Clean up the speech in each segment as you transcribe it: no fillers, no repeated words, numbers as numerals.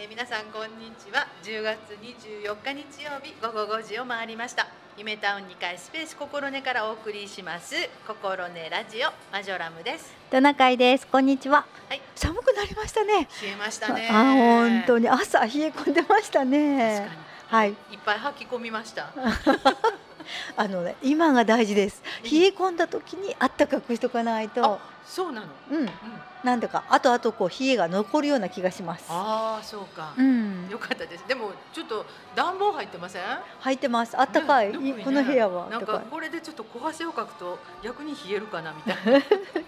皆さんこんにちは。10月24日日曜日午後5時を回りました。夢タウン2階スペース心根からお送りします心根ラジオマジョラムです。 トナカイです。こんにちは。 はい、 寒くなりましたね。 冷えましたね。 本当に朝冷え込んでましたね。 確かに。 はい。 いっぱい吐き込みました。 今が大事です。冷え込んだ時にあったかくしとかないと。 そうなの。 なんだかあとこう冷えが残るような気がします。 ああ、そうか。よかったです。でもちょっと暖房入ってません？ 入ってます。あったかい。この部屋は。 なんかこれでちょっと小汗をかくと逆に冷えるかなみたいな。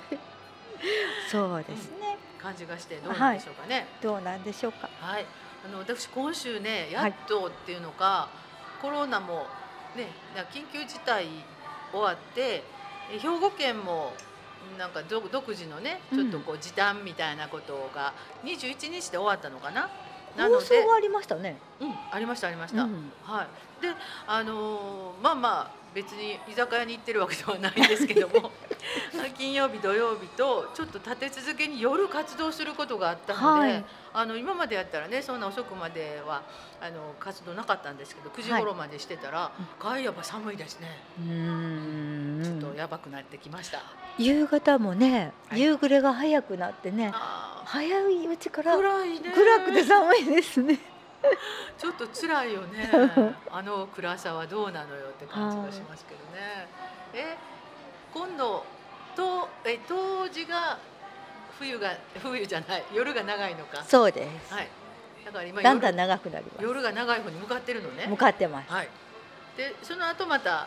そうですね。 感じがしてどうなんでしょうかね。 どうなんでしょうか。 はい。私今週ねやっとっていうのか、コロナもね緊急事態終わって兵庫県もなんか独自のねちょっとこう時短みたいなことが21日で終わったのかな。 なので放送はありましたね。 ありましたありました。はい。でまあ別に居酒屋に行ってるわけではないんですけども金曜日土曜日とちょっと立て続けに夜活動することがあったので、今までやったらねそんな遅くまでは活動なかったんですけど9時頃までしてたら、帰りやっぱ寒いですね。ちょっとやばくなってきました。 夕方もね、夕暮れが早くなってね、早いうちから暗くて寒いですね。 ちょっと辛いよね。暗さはどうなのよって感じがしますけどね。今度冬至が冬じゃない夜が長いのか。 そうです。 はい。だから今だんだん長くなります。 夜が長い方に向かってるのね。 向かってます。 はい。でその後また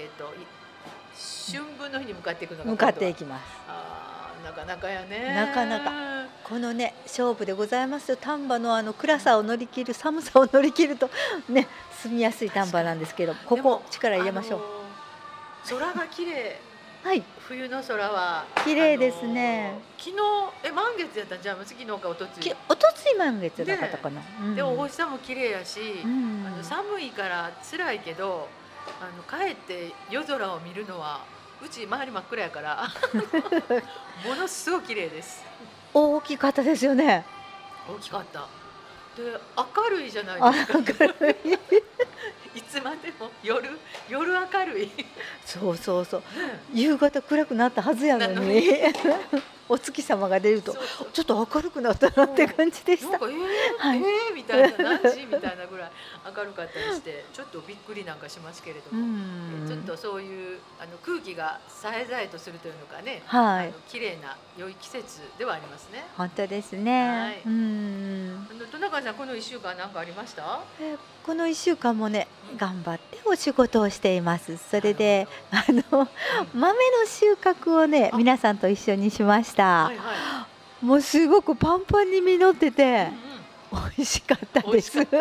春分の日に向かっていくのが向かっていきます。 なかなかやね。 なかなかこのね勝負でございますよ。丹波の暗さを乗り切る寒さを乗り切るとね住みやすい丹波なんですけど、ここ力入れましょう。 空が綺麗。 はい。 冬の空は綺麗ですね。 昨日満月やったんじゃん。昨日かおとつい。 おとつい満月だったかな。 でお星さんも綺麗やし、寒いから辛いけど帰って夜空を見るのはうち周り真っ暗やからものすごく綺麗です。 大きかったですよね。 大きかった。で明るいじゃないですか。明るい。いつまでも夜明るい。 そう。夕方暗くなったはずやのに。お月様が出るとちょっと明るくなったなって感じでした。 みたいな何時みたいなぐらい明るかったりしてちょっとびっくりなんかしますけれども、ちょっとそういう空気がさえざえとするというのかね、綺麗な良い季節ではありますね。 本当ですね。 トナカイさんこの1週間何かありました？ この1週間もね頑張ってお仕事をしています。それで豆の収穫をね皆さんと一緒にしました。もうすごくパンパンに実ってて美味しかったです。もう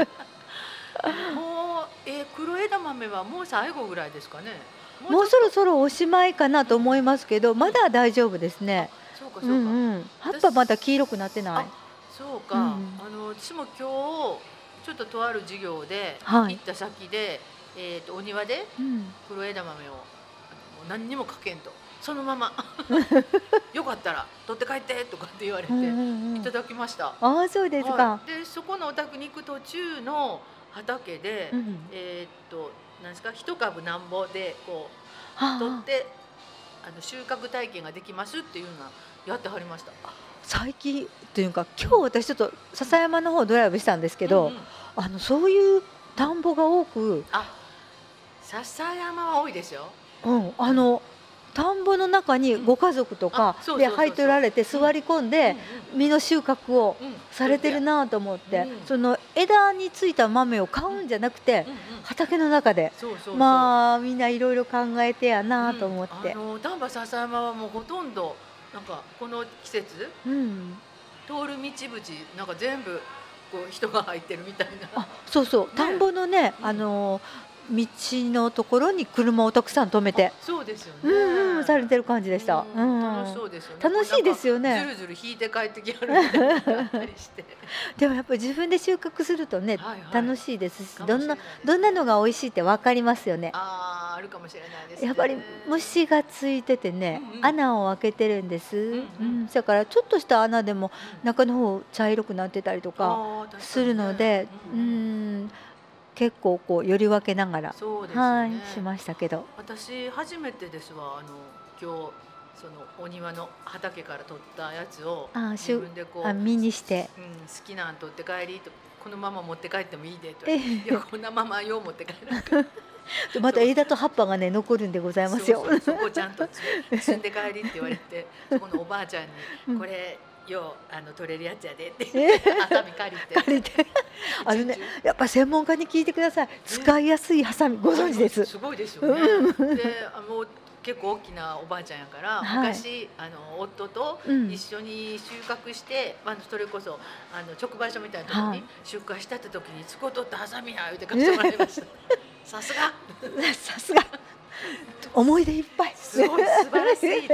黒枝豆はもう最後ぐらいですかね。 もうそろそろおしまいかなと思いますけど、まだ大丈夫ですね。 そうか。 葉っぱまだ黄色くなってない。 そうか。私も今日ちょっととある授業で行った先でお庭で黒枝豆を何にもかけんとそのままよかったら取って帰ってとかって言われていただきました。 ああそうですか。 でそこのお宅に行く途中の畑で何ですか一株なんぼでこう取って収穫体験ができますっていうのをやってはりました。 最近というか今日私ちょっと笹山の方ドライブしたんですけど、そういう田んぼが多く。 笹山は多いですよ。 田んぼの中にご家族とかで入っておられて座り込んで実の収穫をされてるなと思って、その枝についた豆を買うんじゃなくて畑の中でまあみんないろいろ考えてやなと思って。 丹波笹山はもうほとんどなんかこの季節、通る道縁なんか全部こう人が入ってるみたいな。 そう田んぼのね道のところに車をたくさん止めて、 そうですよね。 されてる感じでした。 楽しそうですよね。 楽しいですよね。 ずるずる引いて帰ってきはるみたいなのがあったりして。 でもやっぱり自分で収穫するとね、楽しいですし、どんなのが美味しいってわかりますよね。 あるかもしれないですね。 やっぱり虫がついててね、穴を開けてるんです。だからちょっとした穴でも中の方茶色くなってたりとかするので、結構こうより分けながら、しましたけど。 私初めてですわ。今日そのお庭の畑から取ったやつを自分でこう見にして、 好きなん取って帰りと、このまま持って帰ってもいいでと、いやこんなままよう持って帰らなくてまた枝と葉っぱがね残るんでございますよ。 そこちゃんと摘んで帰りって言われて、そこのおばあちゃんにこれよう取れるやつやでってハサミ借りてやっぱ専門家に聞いてください。使いやすいハサミご存知です。 すごいですよね。でもう結構大きなおばあちゃんやから、昔夫と一緒に収穫して、それこそ直売所みたいなところに出荷したって時に「使うとったハサミや」言うて買ってもらいました。さすがさすが思い出いっぱい。 すごい素晴らしい。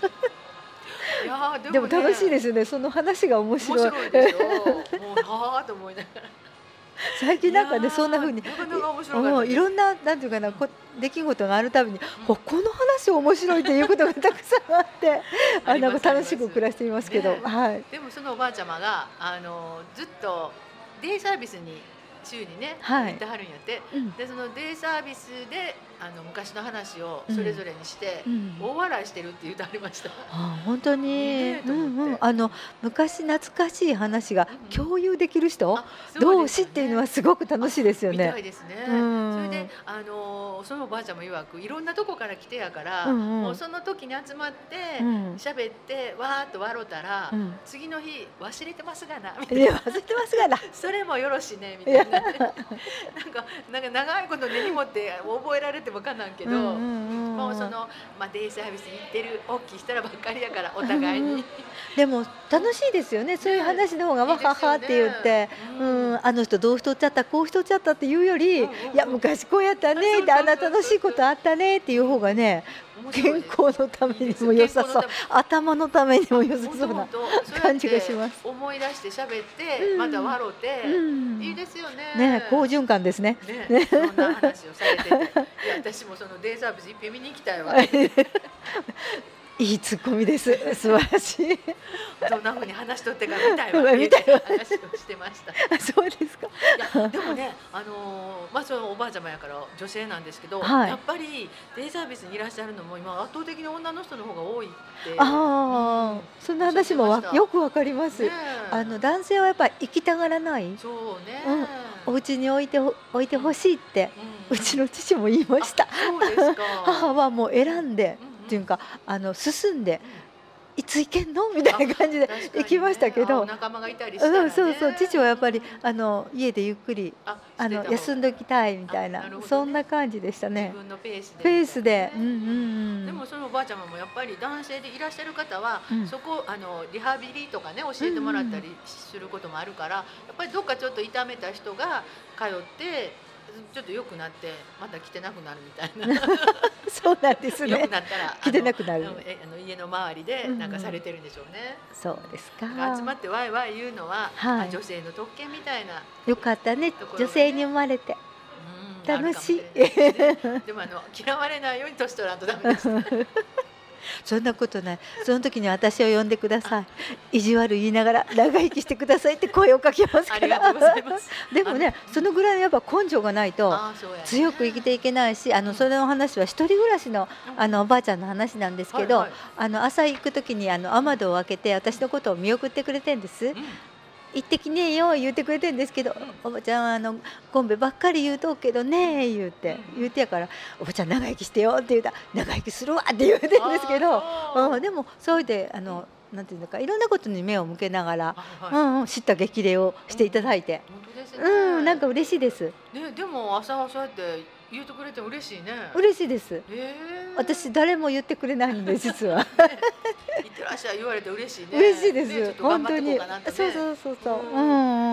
でも楽しいですよね。その話が面白い。 面白いでしょ。もうはあと思いながら。 最近なんかね、そんな風にいろんななんていうかな、出来事があるたびにこの話面白いっていうことがたくさんあってなんか楽しく暮らしていますけど。 でもそのおばあちゃまがずっとデイサービスに週にね行ってはるんやって。でそのデイサービスで昔の話をそれぞれにして大笑いしてるって言ってありました。 本当に昔懐かしい話が共有できる人同士っていうのはすごく楽しいですよね。 みたいですね。それでそのおばあちゃんも曰くいろんなとこから来てやから、もうその時に集まって喋ってわーっと笑うたら、次の日忘れてますがなみたいな。 忘れてますがな。 それもよろしいねみたいな。なんか長いこと根に持って覚えられてもかなんけど、もうそのデイサービスに行ってる大きい人らばっかりやからお互いに。 でも楽しいですよね。そういう話の方がわははって言って、あの人どうしとっちゃったこうしとっちゃったっていうより、いや昔こうやったねってあんな楽しいことあったねっていう方がね、健康のためにも良さそう、頭のためにも良さそうな感じがします。 思い出して喋ってまた笑っていいですよね。 ね、好循環ですね。 そんな話をされてて、いや私もそのデイサービスいっぺん見に行きたいわ。 いいツッコミです。素晴らしい。 どんな風に話しとってからみたいな話をしてました。 そうですか。 いやでもね、そのおばあちゃまやから女性なんですけど、やっぱりデイサービスにいらっしゃるのも今圧倒的に女の人の方が多いって。 そんな話もよくわかります。男性はやっぱり行きたがらない。 そうね。 お家に置いてほしいってうちの父も言いました。 そうですか。 母はもう選んで。っていうか進んでいつ行けんのみたいな感じで行きましたけど、 仲間がいたりしたらね。 そう父はやっぱり家でゆっくり休んでおきたいみたいな、そんな感じでしたね。 自分のペースで。 でもそのおばあちゃまもやっぱり男性でいらっしゃる方は、そこリハビリとかね教えてもらったりすることもあるから、やっぱりどっかちょっと痛めた人が通ってちょっと良くなってまた来てなくなるみたいな。 そうなんですね。 良くなったら来てなくなる。 家の周りでなんかされてるんでしょうね。 そうですか。 集まってワイワイ言うのは女性の特権みたいな。 よかったね。女性に生まれて楽しい。 でも嫌われないように年取らんとダメです。 そんなことない。その時に私を呼んでください。意地悪言いながら長生きしてくださいって声をかけますから。 ありがとうございます。 でもね、そのぐらいやっぱ根性がないと強く生きていけないし、それの話は一人暮らしのおばあちゃんの話なんですけど、朝行く時に雨戸を開けて私のことを見送ってくれてんです。行ってきねえよ言ってくれてるんですけど、おばちゃんはゴンベばっかり言うとうけどね言うてやから、おばちゃん長生きしてよって言うたら長生きするわって言うてるんですけど、でもそうでなんていうのか、いろんなことに目を向けながら知った激励をしていただいて、なんか嬉しいです。 でも朝そうやって言ってくれて嬉しいね。 嬉しいです。私誰も言ってくれないんで実は。 いってらっしゃい言われて嬉しいね。 嬉しいです。本当に。そう。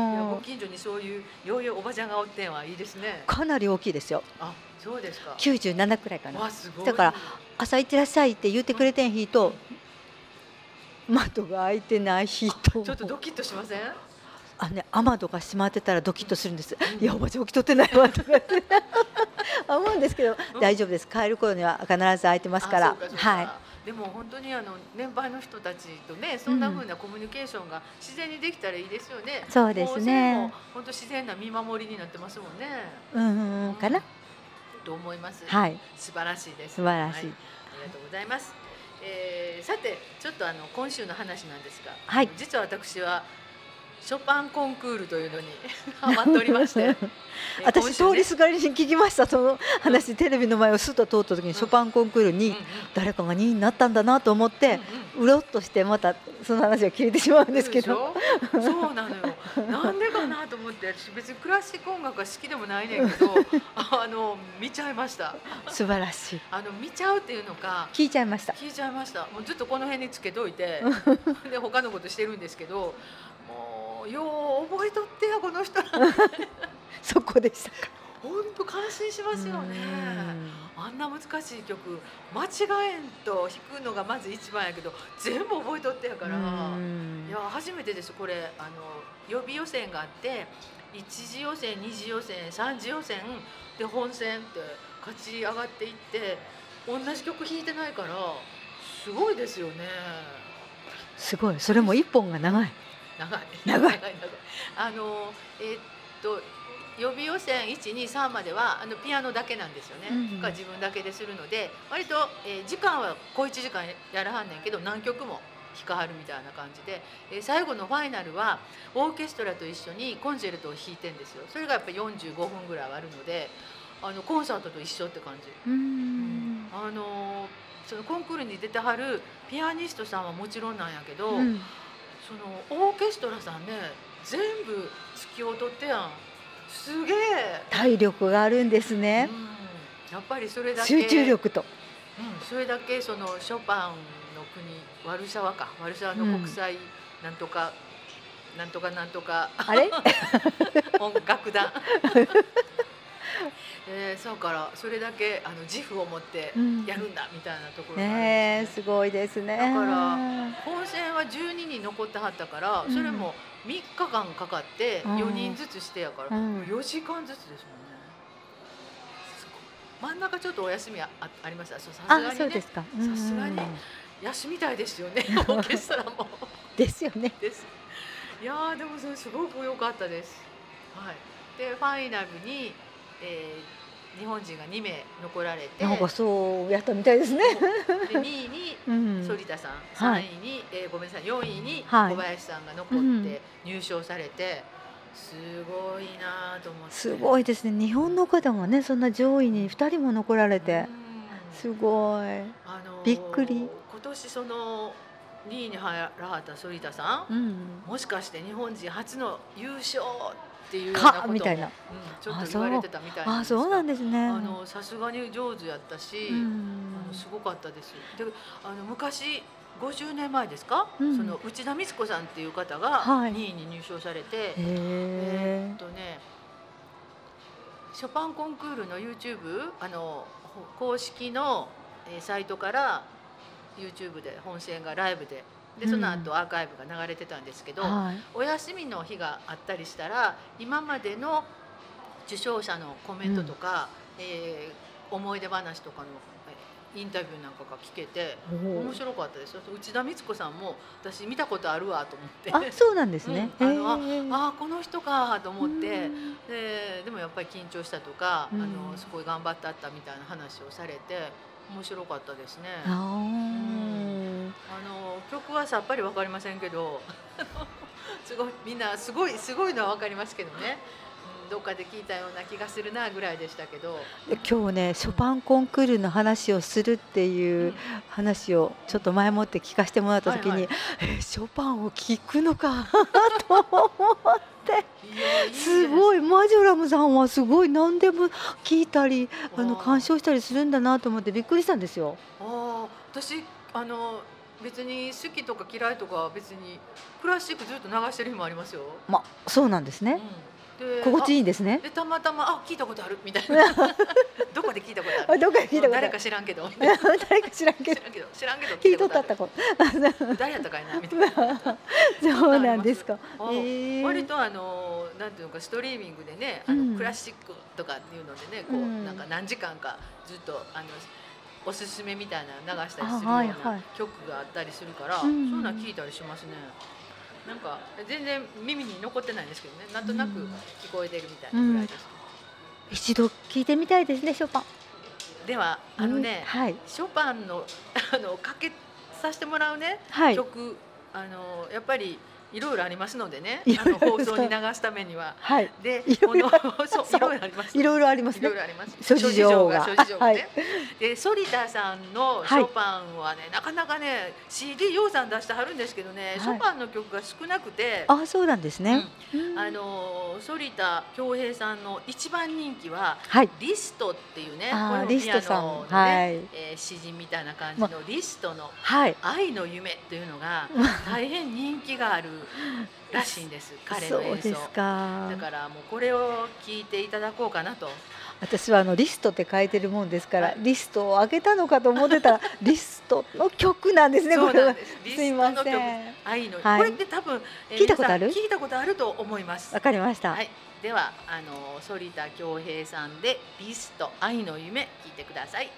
やご近所にそういうおばちゃんがおってんはいいですね。 かなり大きいですよ。 あ、そうですか。 97くらいかな。 わ、すごい。 だから朝行ってらっしゃいって言ってくれてん日と、窓が開いてない日と、 ちょっとドキッとしません？ 雨戸が閉まってたらドキッとするんです。いやおばちゃん起きとってないわとかって思うんですけど、大丈夫です。帰る頃には必ず開いてますから。はい。 でも本当に年配の人たちとね、そんな風なコミュニケーションが自然にできたらいいですよね。 そうですね。 本当自然な見守りになってますもんね。 かな。 と思います。 はい。 素晴らしいです。 素晴らしい。 ありがとうございます。さてちょっと今週の話なんですが、 はい、 実は私はショパンコンクールというのにハマっておりまして私通りすがりに聞きました。その話、テレビの前をスッと通った時にショパンコンクールに誰かが2位になったんだなと思って、うろっとしてまたその話を聞いてしまうんですけど、 そうなのよ。なんでかなと思って、私別にクラシック音楽が好きでもないねんけど見ちゃいました。 素晴らしい。 見ちゃうっていうのか、 聞いちゃいました。 もうずっとこの辺につけといてで他のことしてるんですけど、もうよう覚えとってやこの人そこでしたか。 本当感心しますよね。あんな難しい曲間違えんと弾くのがまず一番やけど、全部覚えとってやから、いや初めてです。これ予備予選があって、1次予選、2次予選、3次予選で本戦って勝ち上がっていって、同じ曲弾いてないからすごいですよね。 すごい。それも一本が長い。 予備予選1、2、3まではピアノだけなんですよね。が自分だけでするので、割と時間は小1時間やらはんねんけど、何曲も弾かはるみたいな感じで、最後のファイナルはオーケストラと一緒にコンチェルトを弾いてんですよ。それがやっぱり45分ぐらいあるので、コンサートと一緒って感じ。そのコンクールに出てはるピアニストさんはもちろんなんやけど、そのオーケストラさんね、全部突きを取ってやん。すげえ体力があるんですね。 やっぱりそれだけ集中力と、 それだけそのショパンの国ワルシャワの国際なんとか、なんとかなんとかあれ音楽団そうからそれだけ自負を持ってやるんだみたいなところがあるんですね。すごいですね。 だから本戦は12人残ってはったから、それも3日間かかって4人ずつしてやから、4時間ずつですもんね。真ん中ちょっとお休み ありました。さすがにね。 そうですか。 さすがに休みたいですよね。オーケストラもですよね。 です。いやでもそれすごく良かったです。はい。でファイナルに、日本人が2名残られて、 なんかそうやったみたいですね。 で2位に反田さん、3位に、ごめんなさい、4位に小林さんが残って入賞されて、すごいなと思って。 すごいですね。日本の方がね、そんな上位に2人も残られて、すごい。びっくり。 今年その2位に入らはった反田さん、もしかして日本人初の優勝っていうようなこともみたいな、 ちょっと言われてたみたいなんですが、 そうなんですね。 さすがに上手やったし、すごかったです。で昔50年前ですか、その内田光子さんっていう方が2位に入賞されて、ショパンコンクールの YouTube 公式のサイトから YouTube で本戦がライブでその後アーカイブが流れてたんですけど、お休みの日があったりしたら今までの受賞者のコメントとか、思い出話とかのインタビューなんかが聞けて面白かったですよ。内田光子さんも私見たことあるわと思って。 そうなんですね。 この人かと思って、でもやっぱり緊張したとか、すごい頑張ってあったみたいな話をされて面白かったですね。曲はさっぱり分かりませんけどすごいみんなすごいのは分かりますけどね、どっかで聞いたような気がするなぐらいでしたけど、 今日ねショパンコンクールの話をするっていう話をちょっと前もって聞かせてもらった時に、ショパンを聞くのかと思ってすごいマジョラムさんはすごい何でも聞いたり鑑賞したりするんだなと思ってびっくりしたんですよ。 私別に好きとか嫌いとか別にクラシックずっと流してる日もありますよ。 まあそうなんですね。 で心地いいんですね。 でたまたま聞いたことあるみたいなどこで聞いたことあるどこで聞いたことある誰か知らんけど誰か知らんけど聞いとったった子誰やったかいなみたいなそうなんですか。 割となんていうのかストリーミングでねクラシックとかっていうのでねこうなんか何時間かずっとおすすめみたいなの流したりするような曲があったりするからそんなん聞いたりしますね。なんか全然耳に残ってないんですけどね、なんとなく聞こえてるみたいなぐらいです。 一度聞いてみたいですね、ショパン。 ではショパンのかけさせてもらうね曲やっぱりいろいろありますのでね、放送に流すためには。で、いろいろあります。 いろいろありますね。 諸事情がね。で、反田さんのショパンはね、なかなかね、CD ようさん出してはるんですけどね、ショパンの曲が少なくて。 あ、そうなんですね。 反田恭平さんの一番人気はリストっていうね、 リストさんの詩人みたいな感じのリストの愛の夢っていうのが大変人気があるらしいんです。彼の演奏。だからもうこれを聞いていただこうかなと。 私はリストって書いてるもんですから、リストをあげたのかと思ってたらリストの曲なんですね。これはすいません。 愛のこれって多分聞いたことある？ 聞いたことあると思います。 わかりました。 では反田恭平さんでリスト愛の夢聞いてください。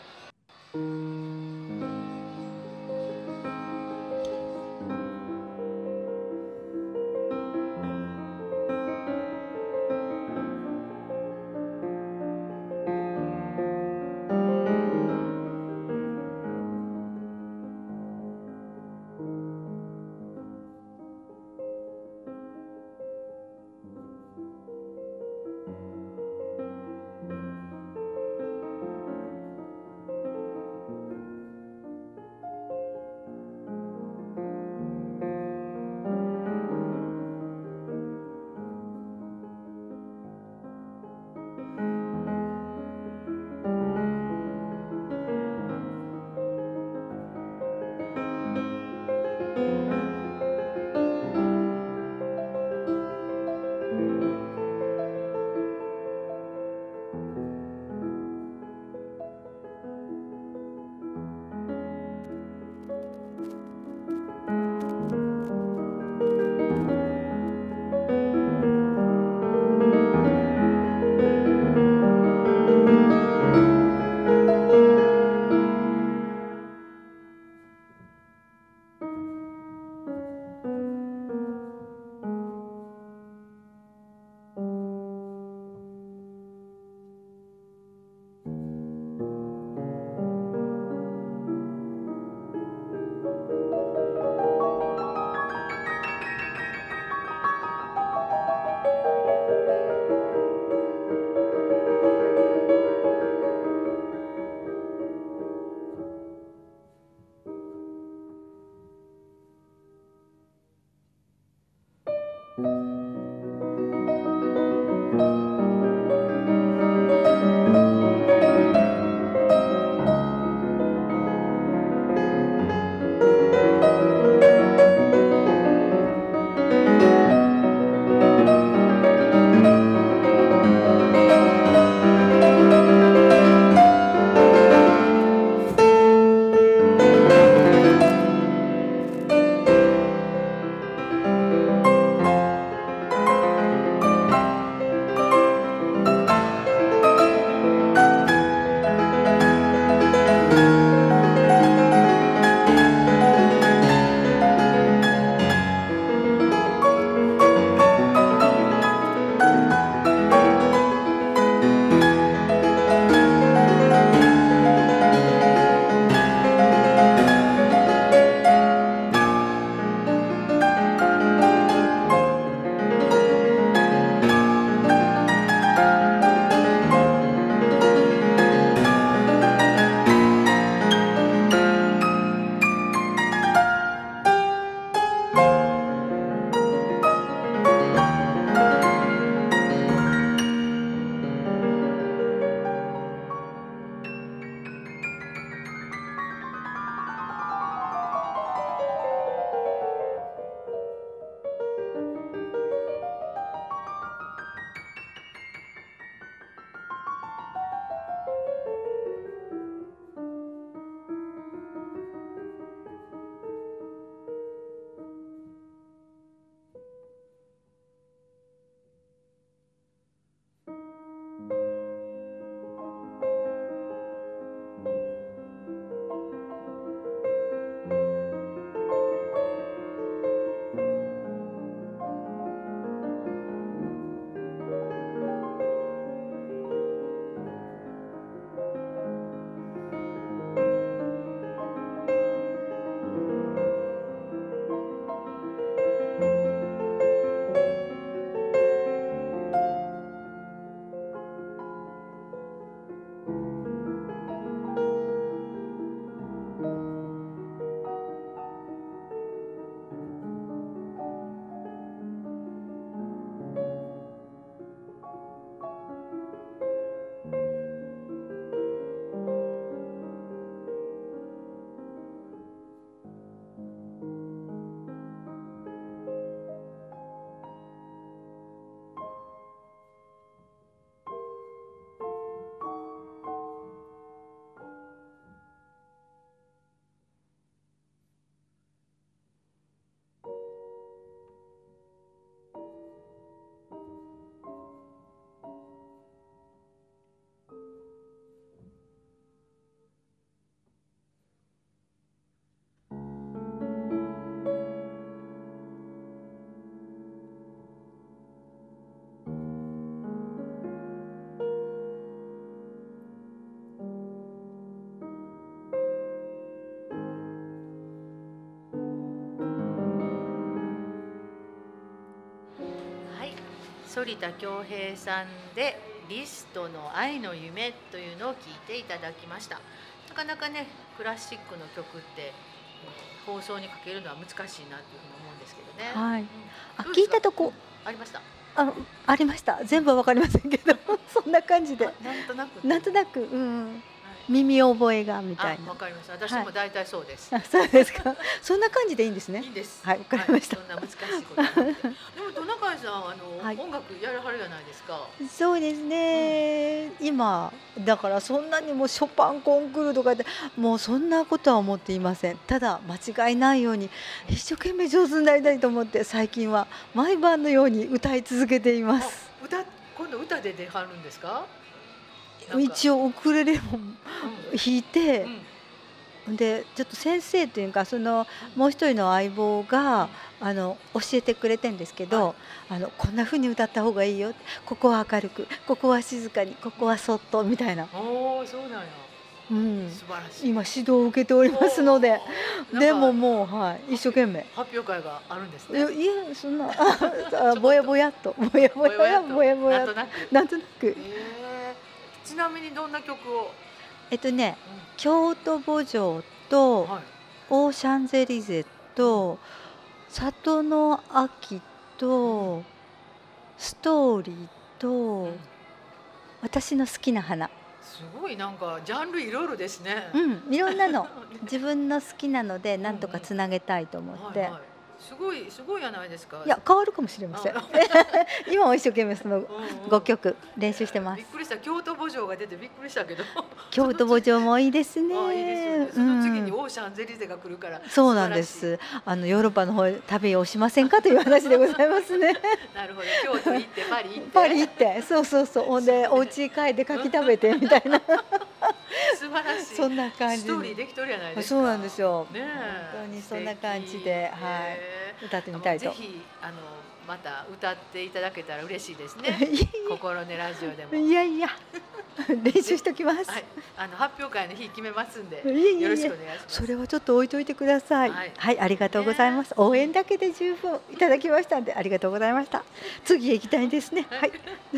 反田恭平さんでリストの愛の夢というのを聞いていただきました。なかなかねクラシックの曲って放送にかけるのは難しいなというふうに思うんですけどね。 はい。聞いたとこありました。 ありました。全部はわかりませんけど、そんな感じで。 なんとなく。 なんとなく、耳覚えがみたいな。 わかりました。私も大体そうです。 そうですか。そんな感じでいいんですね。 いいです。 はい、わかりました。 そんな難しいことなくて。でもトナカイさん音楽やらはるじゃないですか。 そうですね。今だからそんなにもショパンコンクールとかでもうそんなことは思っていません。ただ間違いないように一生懸命上手になりたいと思って最近は毎晩のように歌い続けています。 今度歌で出はるんですか？ 一応ウクレレも弾いて、でちょっと先生というかもう一人の相棒が教えてくれてるんですけど、こんな風に歌った方がいいよ、ここは明るく、ここは静かに、ここはそっとみたいな。 おお、そうなんや。素晴らしい。 今指導を受けておりますので、でももう一生懸命発表会があるんですね。 いやそんなぼやぼやっとぼやぼやなんとなく。 ちなみにどんな曲を？ 京都慕情とオーシャンゼリゼと里の秋とストーリーと私の好きな花。 すごいなんかジャンルいろいろですね。 いろんなの自分の好きなのでなんとかつなげたいと思って。 すごいじゃないですか。 いや変わるかもしれません。今は一生懸命その5曲練習してます。 びっくりした。京都慕情が出てびっくりしたけど。 京都慕情もいいですね。 いいですよね。その次にオーシャンゼリゼが来るから。 そうなんです。ヨーロッパの方旅をしませんかという話でございますね。 なるほど。京都行ってパリ行って、そうほんでお家帰って牡蠣食べてみたいな。 素晴らしい。 そんな感じ。 ストーリーできとるやないですか。 そうなんですよ。 ね、 本当にそんな感じで、歌ってみたいと。 ぜひまた歌っていただけたら嬉しいですね。心根ラジオでも。 いや練習しときます。 発表会の日決めますんで、よろしくお願いします。 それはちょっと置いといてください。はい、ありがとうございます。応援だけで十分いただきましたんで、ありがとうございました。次へ行きたいですね。はい。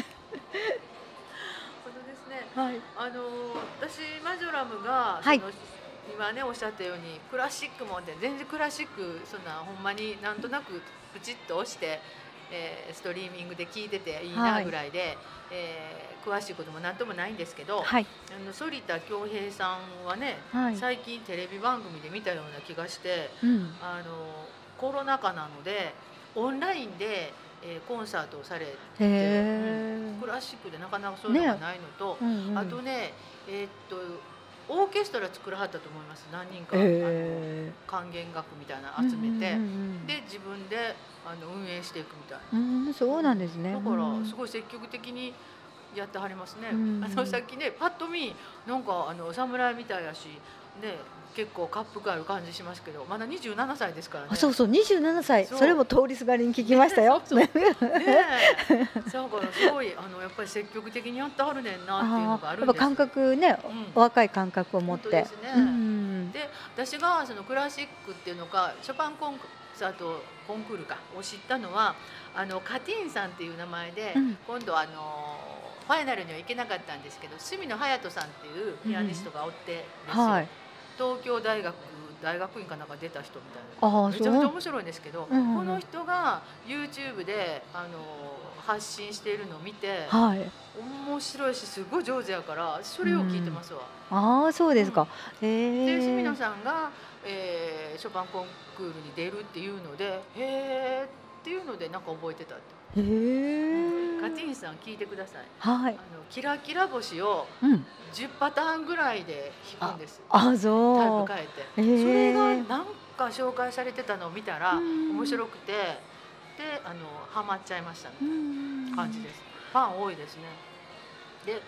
はい、私マジョラムが今ねおっしゃったようにクラシックもで全然クラシックそんなほんまになんとなくプチッと押して、ストリーミングで聴いてていいなぐらいで、詳しいこともなんともないんですけど、反田恭平さんはね、最近テレビ番組で見たような気がして、コロナ禍なのでオンラインでコンサートをされて、クラシックでなかなかそういうのがないのと、あとねオーケストラ作らはったと思います。何人か管弦楽みたいなの集めて、で自分で運営していくみたいな。 そうなんですね。 だからすごい積極的にやってはりますね。さっきねパッと見なんか侍みたいやしね。結構カップがある感じしますけど、まだ27歳ですからね。 そう27歳。それも通りすがりに聞きましたよ。 だからすごいやっぱり積極的にやってはるねんなっていうのがあるんです。 感覚ね、若い感覚を持って。で私がそのクラシックっていうのかショパンコンサートコンクールかを知ったのはカティーンさんっていう名前で、今度ファイナルには行けなかったんですけど、角野隼人さんっていうピアニストがおってですよ。東京大学院かなんか出た人みたいな、めちゃめちゃ面白いんですけど、この人が YouTube で発信しているのを見て、面白いしすごい上手やからそれを聞いてますわ。 そうですか。 で角野さんが、ショパンコンクールに出るっていうので、へえっていうのでなんか覚えてたって。カティーンさん聞いてください。キラキラ星を10パターンぐらいで弾くんです。タイプ変えて。それがなんか紹介されてたのを見たら面白くて、でハマっちゃいましたね。感じです。ファン多いですね。で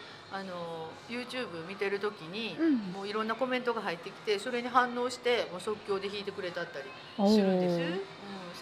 YouTube 見てる時に、もういろんなコメントが入ってきて、それに反応してもう即興で弾いてくれたったりするんです。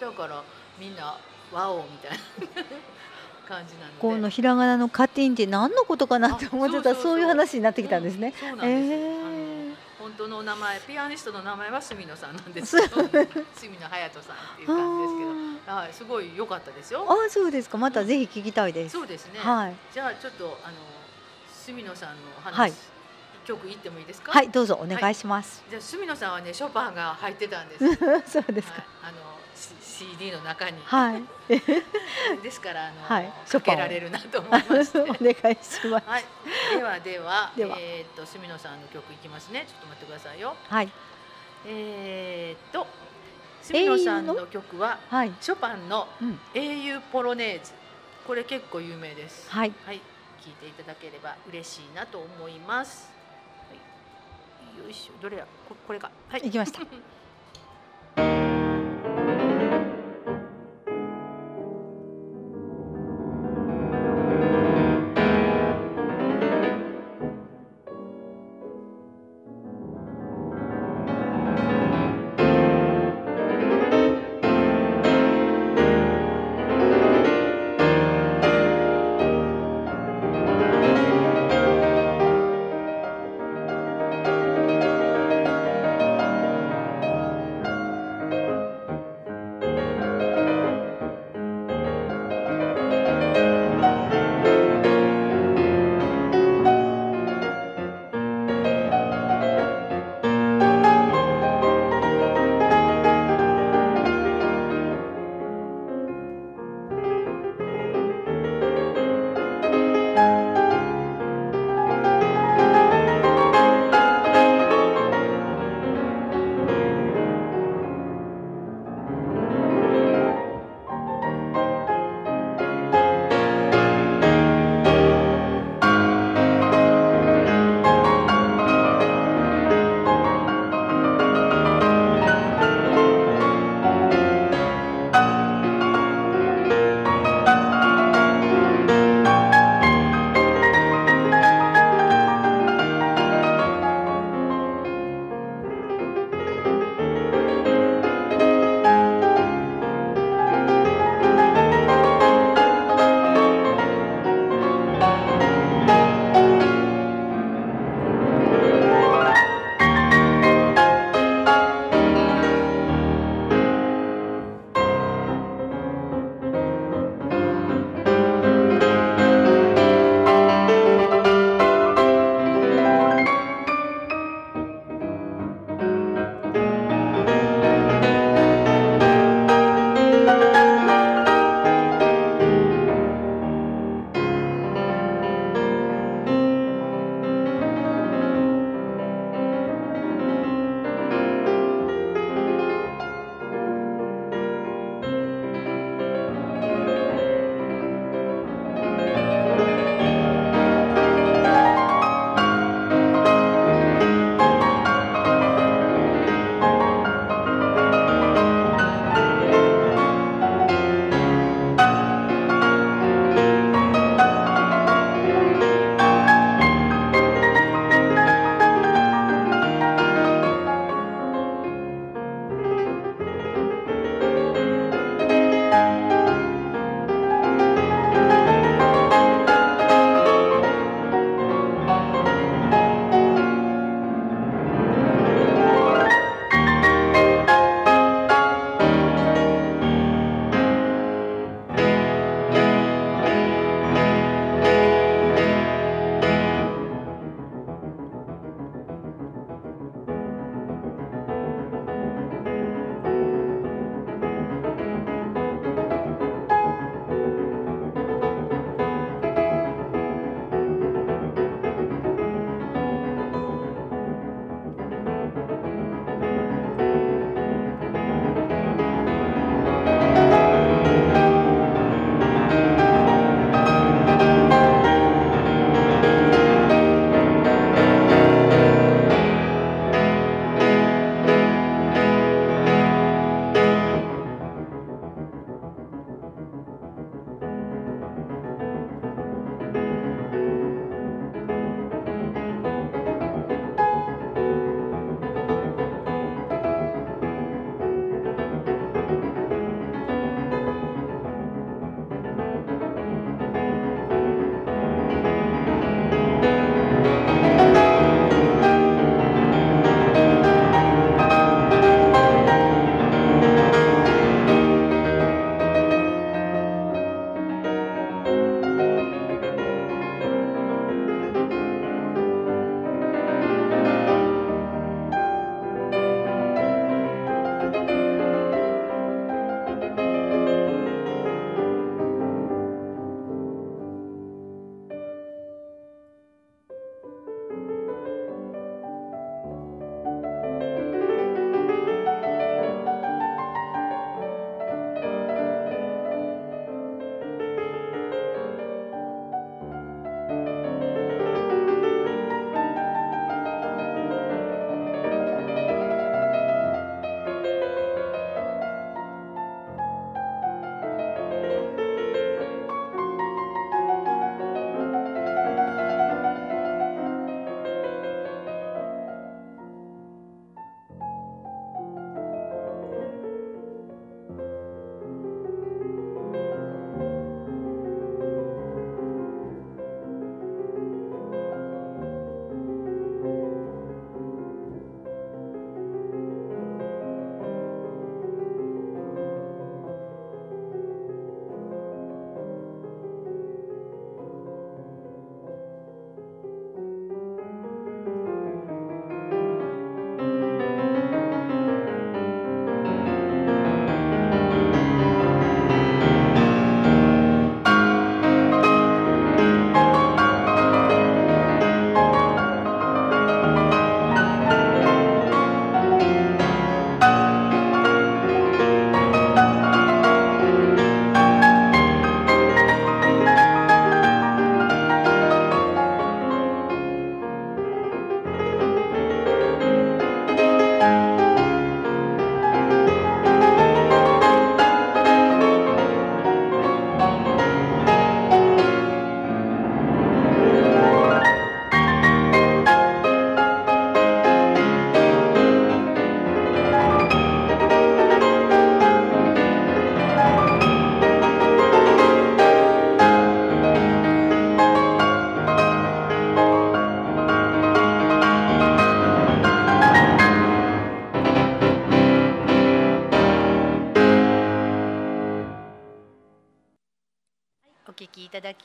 だからみんなワオみたいな感じなので、 このひらがなのカティンって何のことかなって思ってたら、そういう話になってきたんですね。 そうなんです。本当のお名前、ピアニストの名前は角野さんなんですけど、角野隼人さんっていう感じですけど、 はい、すごい良かったですよ。 あ、そうですか。またぜひ聞きたいです。 そうですね。 はい。 じゃあちょっと住野さんの話、 はい、 一曲言ってもいいですか？ はい、どうぞおはい。 願いします。 じゃあ住野さんはね、ショパンが入ってたんです。 そうですか。 はい、CD の中に。 はい。 ですからはい、ショかパンをけられるなと思いましおて。 願いします。 はい。ではでは、 住野さんの曲いきますね。ちょっと待ってくださいよ。 はい。 住野さ英雄の、 んの曲ははい、 ショパンのうん、 英雄ポロネーズ。これ結構有名です。 はい、 はい。聞いていただければ嬉しいなと思います。はい。よいしょ。どれや。これか。はい。 行きました。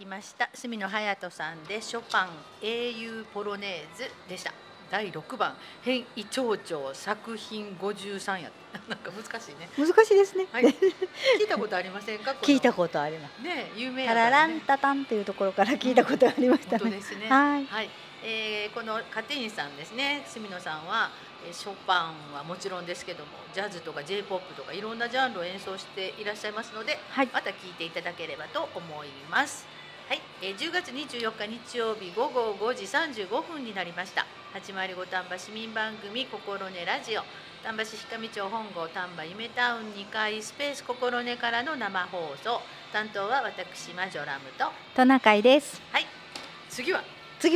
きました住野隼人さんでショパン英雄ポロネーズでした。第6番変異蝶々作品53やなんか難しいね。 難しいですね。 はい、聞いたことありませんか？ 聞いたことあります。 ね、有名タやからね。 ラランタタンというところから聞いたことありましたね。 本当ですね。 はい。 はい。このカティーンさんですね。住野さんはショパンはもちろんですけども、ジャズとか J-POP とかいろんなジャンルを演奏していらっしゃいますので、 はい、 また聞いていただければと思います。はい、10月24日日曜日午後5時35分になりました。805丹波市民番組心根ラジオ、丹波市氷上町本郷丹波夢タウン2階スペース心根からの生放送、担当は私マジョラムとトナカイです。 はい、次は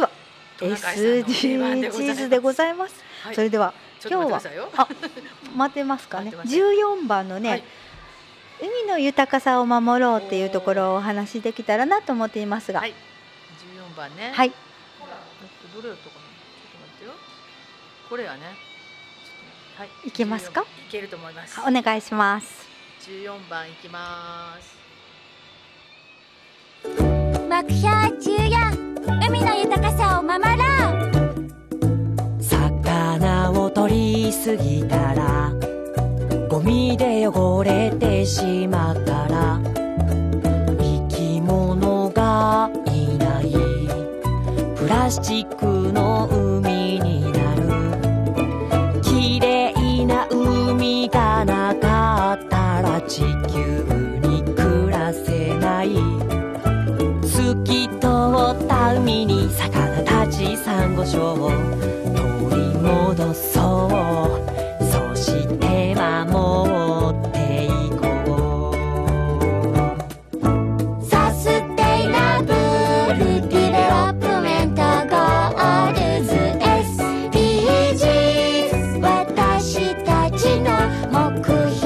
SDGs でございます。はい、それでは今日は待てますかね。14番のね、はい、海の豊かさを守ろうっていうところをお話しできたらなと思っていますが、はい、 14番ね。 はい。 どれやったかな。ちょっと待ってよ。これやね。 はい。いけますか？ いけると思います。 お願いします。 14番いきます。 目標14、海の豊かさを守ろう。 魚を取りすぎたらゴミで汚れてしまったら生き物がいない、プラスチックの海になる。きれいな海がなかったら地球に暮らせない。透き通った海に魚たちサンゴ礁を取り戻そう。そして守っていこう。 サステイナブルディベロップメントゴールズ SDGs、 私たちの目標。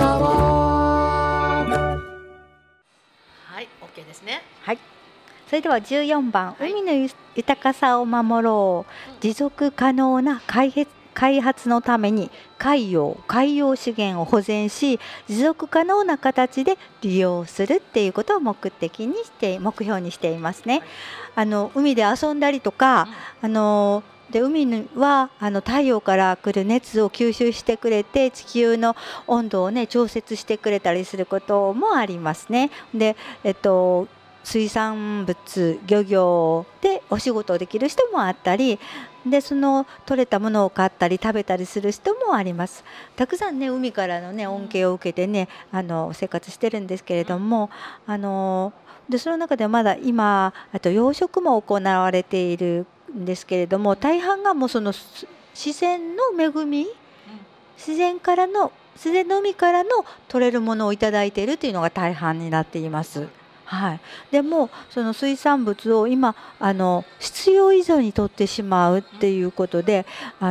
はい、OK ですね。 はい。それでは14番、はい、海の豊かさを守ろう。持続可能な開発のために海洋資源を保全し、持続可能な形で利用するっていうことを目標にしていますね。海で遊んだりとか、で海は太陽から来る熱を吸収してくれて地球の温度をね調節してくれたりすることもありますね。で、水産物漁業でお仕事をできる人もあったりで、その取れたものを買ったり食べたりする人もあります。たくさんね海からのね恩恵を受けてね生活してるんですけれども、でその中ではまだ今養殖も行われているんですけれども、大半がもうその自然の恵み、自然の海からの取れるものをいただいているというのが大半になっています。はい、でもその水産物を今必要以上に取ってしまうっていうことで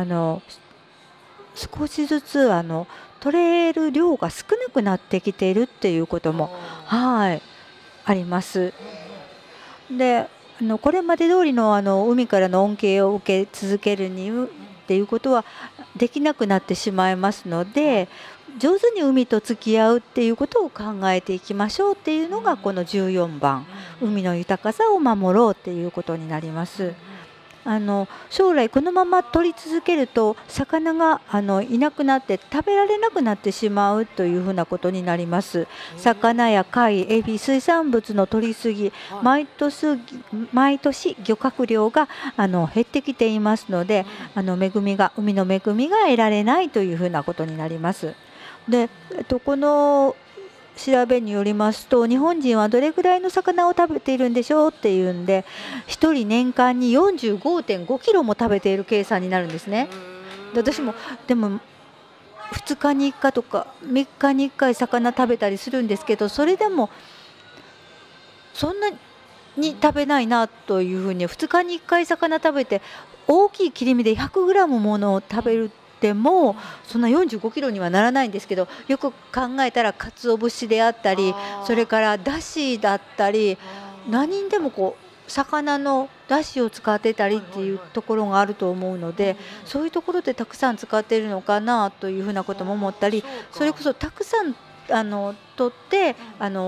少しずつ取れる量が少なくなってきているっていうことも、はい、あります。でこれまで通りの海からの恩恵を受け続けるっていうことはできなくなってしまいますので、上手に海と付き合うっていうことを考えていきましょうっていうのがこの14番、海の豊かさを守ろうっていうことになります。将来このまま取り続けると魚がいなくなって食べられなくなってしまうというふうなことになります。魚や貝、エビ、水産物の取りすぎ、毎年漁獲量が減ってきていますので海の恵みが得られないというふうなことになります。で、この調べによりますと日本人はどれぐらいの魚を食べているんでしょうっていうんで、1人年間に 45.5 キロも食べている計算になるんですね。で私もでも2日に1回とか3日に1回魚食べたりするんですけど、それでもそんなに食べないなというふうに、2日に1回魚食べて大きい切り身で 100g ものを食べるでもそんな45キロにはならないんですけど、よく考えたら鰹節であったり、それからだしだったり、何にでも魚のだしを使ってたりっていうところがあると思うので、そういうところでたくさん使っているのかなというふうなことも思ったり、それこそたくさん取って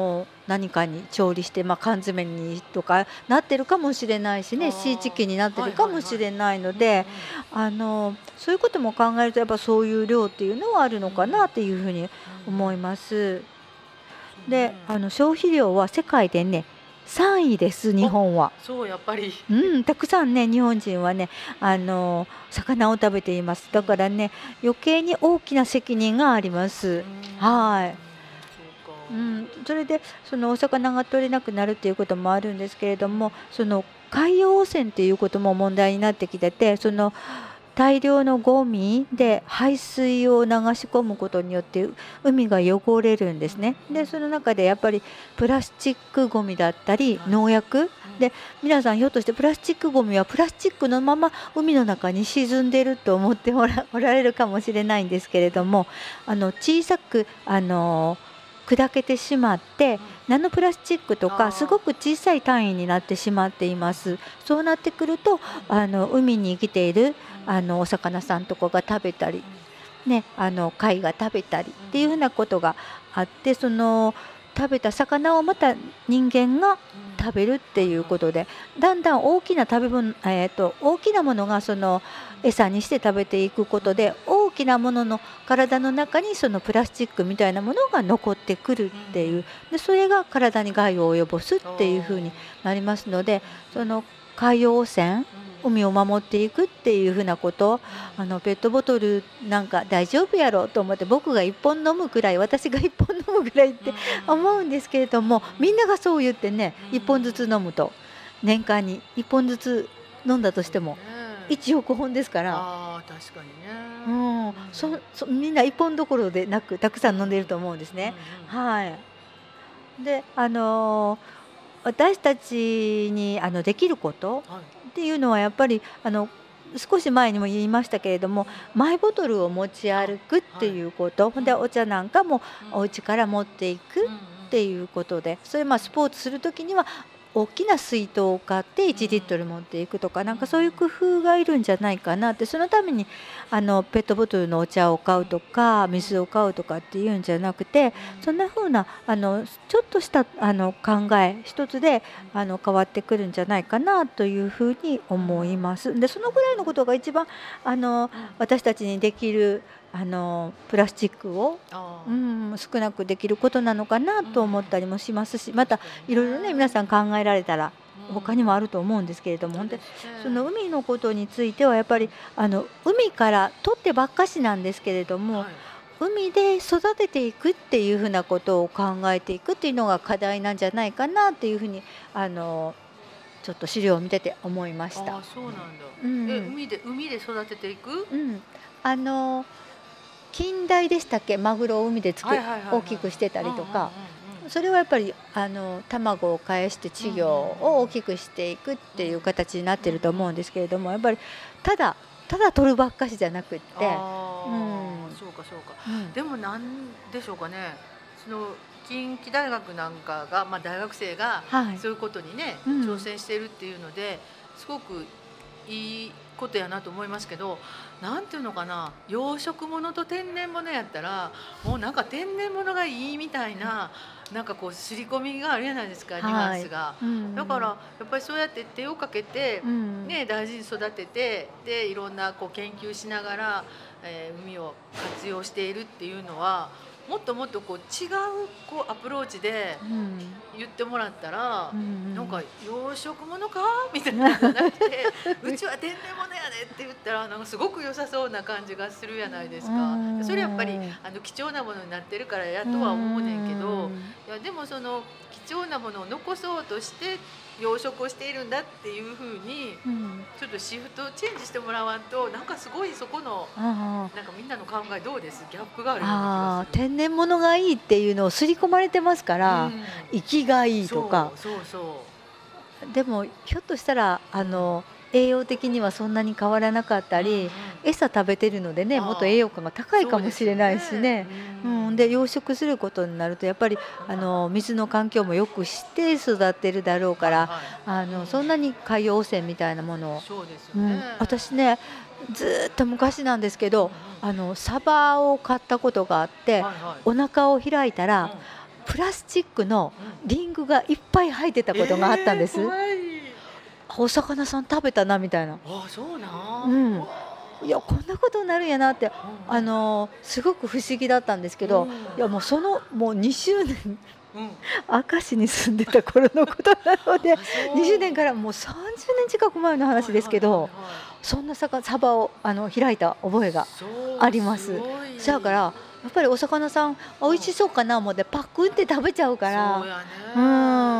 何かに調理して、缶詰にとかなってるかもしれないしね、シーチキンになってるかもしれないので、そういうことも考えるとやっぱそういう量っていうのはあるのかなっていうふうに思います。で、消費量は世界でね3位です、日本は。 そうやっぱり、 たくさんね日本人はね魚を食べています。だからね余計に大きな責任があります。はい。それでそのお魚が取れなくなるっていうこともあるんですけれども、その海洋汚染っていうことも問題になってきてて、その大量のゴミで排水を流し込むことによって海が汚れるんですね。でその中でやっぱりプラスチックゴミだったり農薬で、皆さんひょっとしてプラスチックゴミはプラスチックのまま海の中に沈んでると思っておられるかもしれないんですけれども、小さく砕けてしまってナノプラスチックとかすごく小さい単位になってしまっています。そうなってくると海に生きているお魚さんとかが食べたり、ね、貝が食べたりっていうふうなことがあって、その食べた魚をまた人間が食べるっていうことで、だんだん大きな食べ物、大きなものがその餌にして食べていくことで、大きなものの体の中にそのプラスチックみたいなものが残ってくるっていう、でそれが体に害を及ぼすっていうふうになりますので、その海洋汚染、海を守っていくっていうふうなこと、ペットボトルなんか大丈夫やろうと思って、僕が1本飲むくらい、私が1本飲むくらいって思うんですけれども、みんながそう言ってね、1本ずつ飲むと年間に1本ずつ飲んだとしても1億本ですから、 確かにね、みんな1本どころでなくたくさん飲んでいると思うんですね。はい。で私たちにできることっていうのはやっぱり少し前にも言いましたけれども、マイボトルを持ち歩くっていうこと、でお茶なんかもお家から持っていくっていうことで、それスポーツする時には大きな水筒を買って1リットル持っていくとか、なんかそういう工夫がいるんじゃないかなって。そのためにペットボトルのお茶を買うとか水を買うとかっていうんじゃなくて、そんな風なちょっとした考え一つで変わってくるんじゃないかなというふうに思います。でそのぐらいのことが一番私たちにできるプラスチックを、少なくできることなのかなと思ったりもしますし、またいろいろね皆さん考えられたら他にもあると思うんですけれども、その海のことについてはやっぱり海から取ってばっかしなんですけれども、海で育てていくっていうふうなことを考えていくっていうのが課題なんじゃないかなっていうふうにちょっと資料を見てて思いました。 そうなんだ。海で育てていく？ 近代でしたっけ、マグロを海で大きくしてたりとか、それはやっぱり卵を返して稚魚を大きくしていくっていう形になってると思うんですけれども、やっぱりただ取るばっかしじゃなくって、 そうか、でもなんでしょうかね、その近畿大学なんかが、大学生がそういうことにね、挑戦しているっていうのですごくいいことやなと思いますけど、なんていうのかな、養殖物と天然物やったらもうなんか天然物がいいみたいな、なんかこう刷り込みがあるじゃないですか、ニュアンスが。だからやっぱりそうやって手をかけて、大事に育てて、でいろんな研究しながら、海を活用しているっていうのは、もっともっと違うアプローチで言ってもらったら、なんか養殖物かみたいなのじゃなくてうちは天然物やでって言ったら、なんかすごく良さそうな感じがするじゃないですか。それやっぱり貴重なものになってるからやとは思うねんけど、いやでもその貴重なものを残そうとして養殖をしているんだっていうふうに、ちょっとシフトチェンジしてもらわんと、なんかすごいそこのなんかみんなの考えどうです？ギャップがあるような気がする。 天然物がいいっていうのを刷り込まれてますから、生きがいいとか。でもひょっとしたら栄養的にはそんなに変わらなかったり、餌食べてるのでね、もっと栄養価が高いかもしれないしね。で養殖することになるとやっぱり水の環境もよくして育ってるだろうから、そんなに海洋汚染みたいなものを、私ねずっと昔なんですけどサバを買ったことがあって、お腹を開いたらプラスチックのリングがいっぱい入ってたことがあったんです。 怖い。 お魚さん食べたなみたいな。 そうな。 いやこんなことになるんやなってすごく不思議だったんですけど、いやもうもう2周年明石に住んでた頃のことなので20年からもう30年近く前の話ですけど、そんなサバを開いた覚えがあります。だからやっぱりお魚さん美味しそうかな思ってパクって食べちゃうから、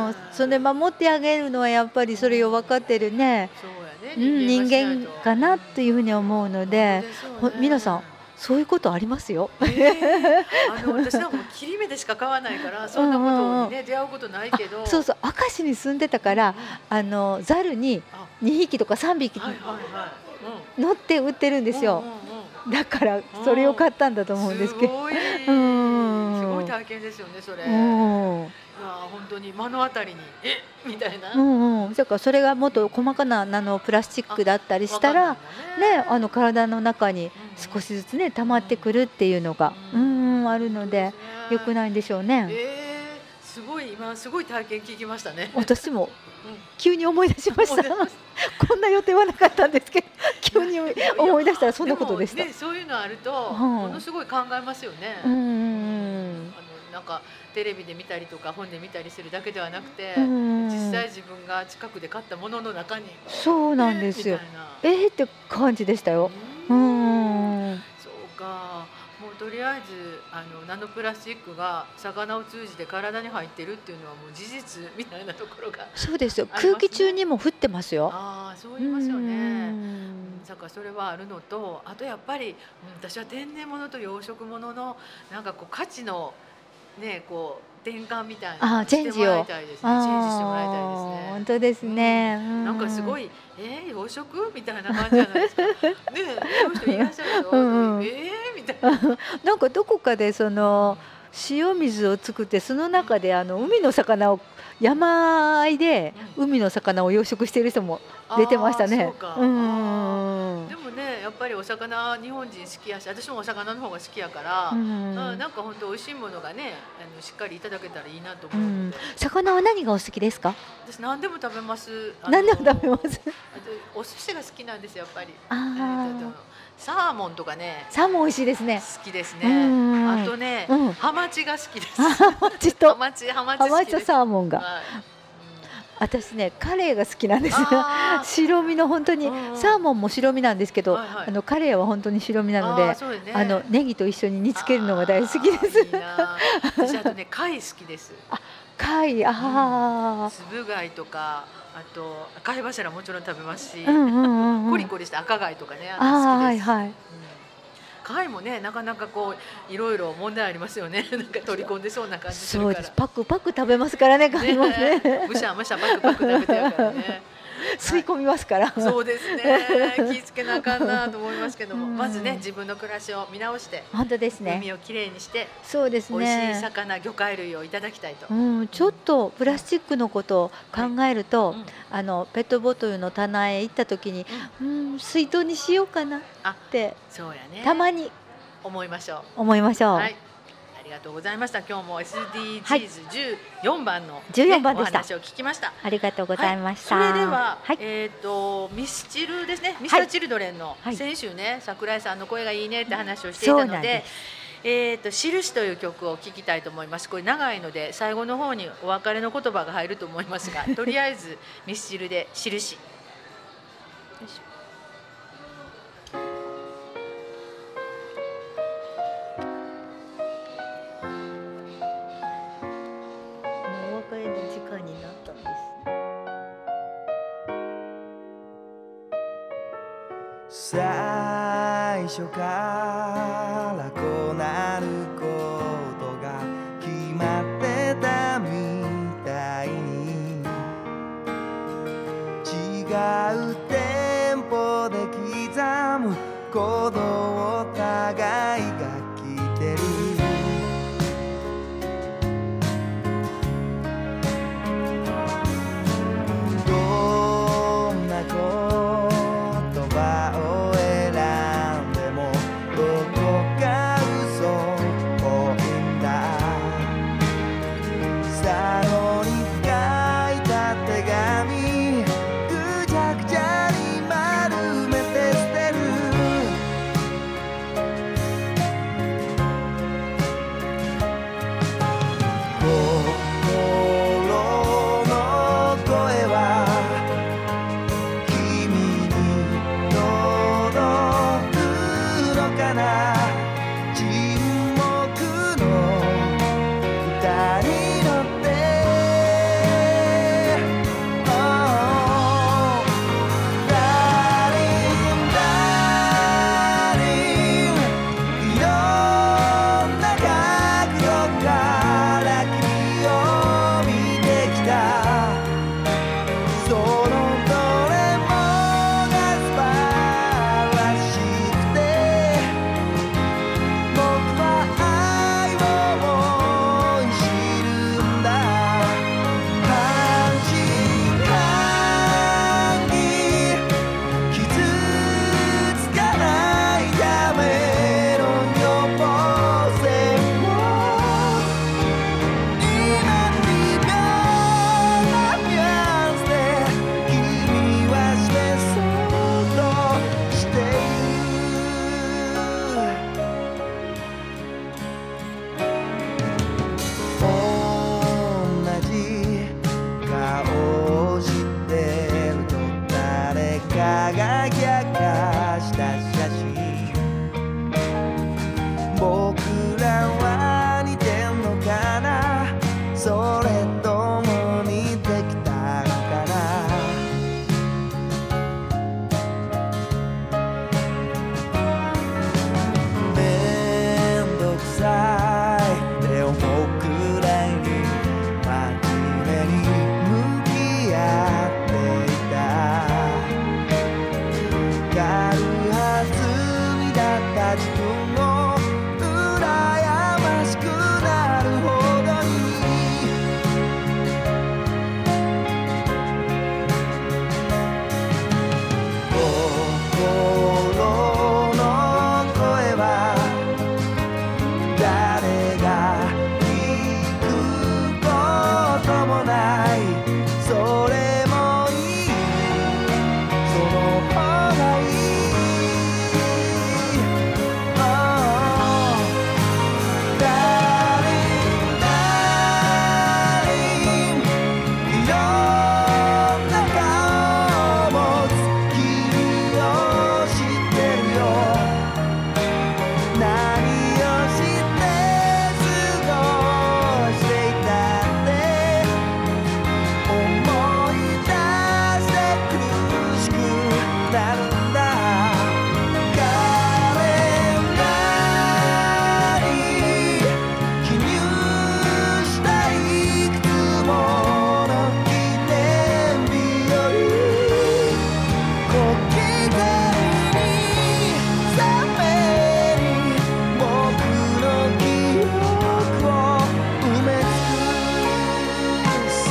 それ守ってあげるのはやっぱりそれを分かってるね人間かなっていうふうに思うので、皆さんそういうことありますよ。 私はもう切り目でしか買わないからそんなことにね出会うことないけど、 そうそう明石に住んでたからザルに2匹とか3匹乗って売ってるんですよ。だからそれを買ったんだと思うんですけど、 すごい体験ですよねそれ。本当に目の当たりにみたいな。 だからそれがもっと細かなプラスチックだったりしたらね、体の中に少しずつね溜まってくるっていうのがあるので良くないんでしょうね。 今すごい体験聞きましたね。 私も急に思い出しました。こんな予定はなかったんですけど急に思い出したらそんなことでした。 そういうのあるとものすごい考えますよね。なんかテレビで見たりとか本で見たりするだけではなくて実際自分が近くで買ったものの中にそうなんですよ。って感じでしたよ。 そうか。もうとりあえずナノプラスチックが魚を通じて体に入ってるっていうのはもう事実みたいなところがそうですよ。空気中にも降ってますよ。 そう言いますよね。だからそれはあるのと、あとやっぱり私は天然物と養殖物のなんか価値のね転換みたいなチェンジをチェンジしてもらいたいですね。 本当ですね。 なんかすごい養殖みたいな感じじゃないですか。ねそういう人いらっしゃるよ。みたいな。 なんかどこかで塩水を作ってその中で海の魚を山あいで海の魚を養殖している人も出てましたね。 でもねやっぱりお魚日本人好きやし、私もお魚の方が好きやから、なんか本当美味しいものがねしっかりいただけたらいいなと思う。 魚は何がお好きですか？ 私何でも食べます。 何でも食べます。 お寿司が好きなんですよやっぱり。サーモンとかね。 サーモン美味しいですね。 好きですね。あとね、ハマチが好きです。 ハマチとハマチとサーモンが。私ねカレイが好きなんです。白身の本当にサーモンも白身なんですけど、カレイは本当に白身なので、ネギと一緒に煮つけるのが大好きです。 私あとね貝好きです。 貝、 つぶ貝とか。あと貝柱もちろん食べますし、コリコリした赤貝とかね好きです。貝もねなかなかいろいろ問題ありますよね。なんか取り込んでそうな感じするから。そうです。パクパク食べますからね貝もね。むしゃむしゃパクパク食べてるからね。 吸い込みますから。 そうですね。気ぃつけなあかんなと思いますけども、まずね自分の暮らしを見直して、 本当ですね。 海をきれいにして、 そうですね。 美味しい魚、魚介類をいただきたいと。 ちょっとプラスチックのことを考えると、ペットボトルの棚へ行った時に、水筒にしようかなってたまに思いましょう。 はい。 ありがとうございました。今日も SDGs14 番の 14番でした。 お話を聞きました。 ありがとうございました。 それではミスチルですね。ミスターチルドレンの先週ね桜井さんの声がいいねって話をしていたので。印という曲を聴きたいと思います。これ長いので最後の方にお別れの言葉が入ると思いますが、とりあえずミスチルで印。 お別れの時間になったんです。 最初からこうなることが決まってたみたいに、違うテンポで刻む鼓動を互いが聞いてる。どんな言葉を選んでもどこか嘘っぽいんだ。 が逆化した写真僕らは似てんのかなそれとも似てきたのかなめんどくさいって思うくらいに真面目に向き合っていた軽はずみだった自分を羨ましくなるほどに心の声は誰が聞くこともないそれもいいその方がいいDarling, darling いろんな顔を持つ君を知ってるよ何をして過ごしていたって思い出して苦しくなるんだカレンダーに記入したいくつもの記念日より小刻みに冷めに僕の記憶を埋め尽くす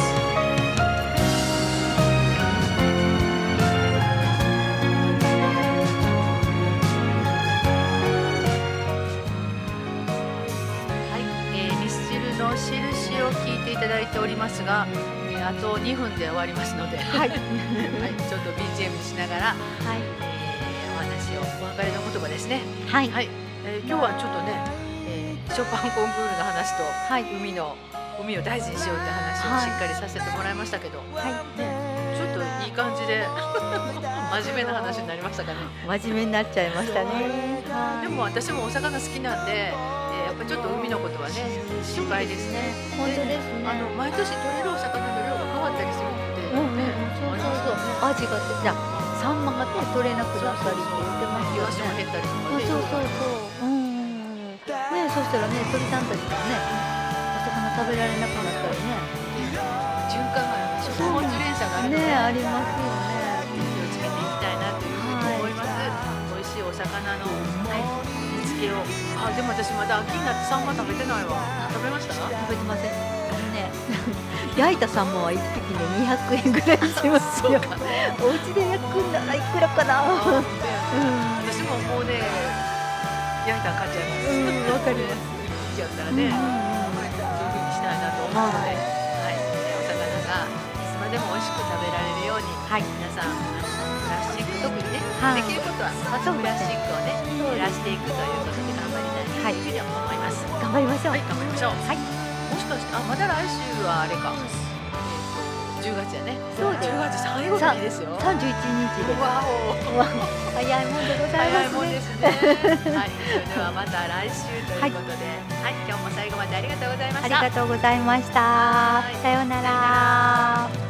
はい、ミスチルの印を聞いていただいておりますが、あと2分で終わりますので、はい、ちょっと BGM にしながら、お話をお別れの言葉ですね。 はい、 今日はちょっとね、ショパンコンクールの話と、海を大事にしようって話をしっかりさせてもらいましたけど、ちょっといい感じで真面目な話になりましたかね。 真面目になっちゃいましたね。 でも私もお魚好きなんで、やっぱちょっと海のことはね心配ですね。 本当ですね。 毎年取れるお魚の量が変わったりするってね。 そう味がじゃあサンマがね取れなくなったりって言ってますよね。 イワシも減ったりとかね。 ねそしたらね鳥さんたちがねお魚食べられなくなったりね。 循環がある食物連鎖があるので、 ありますよね。 気をつけていきたいなというふうに思います。美味しいお魚の煮付けを。でも私まだ秋になってサンマ食べてないわ。食べました？ 食べてません。焼いたサンマは1匹で200円ぐらいしますよ。お家で焼くんならいくらかな。 私ももうね焼いたら買っちゃいます。 わかります。 やったらね、そういう風にしたいなと思うので、お魚がいつまでも美味しく食べられるように、皆さんプラスチック特にね、できることはプラスチックをね減らしていくということで頑張りたいというふうに思います。 頑張りましょう。 頑張りましょう。もしかしてまだ来週はあれか。10月やね。 そうです。 10月最後の日ですよ。 31日で。 わお。 早いもんでございますね。 早いもんですね。それではまた来週ということで、今日も最後までありがとうございました。 ありがとうございました。さようなら。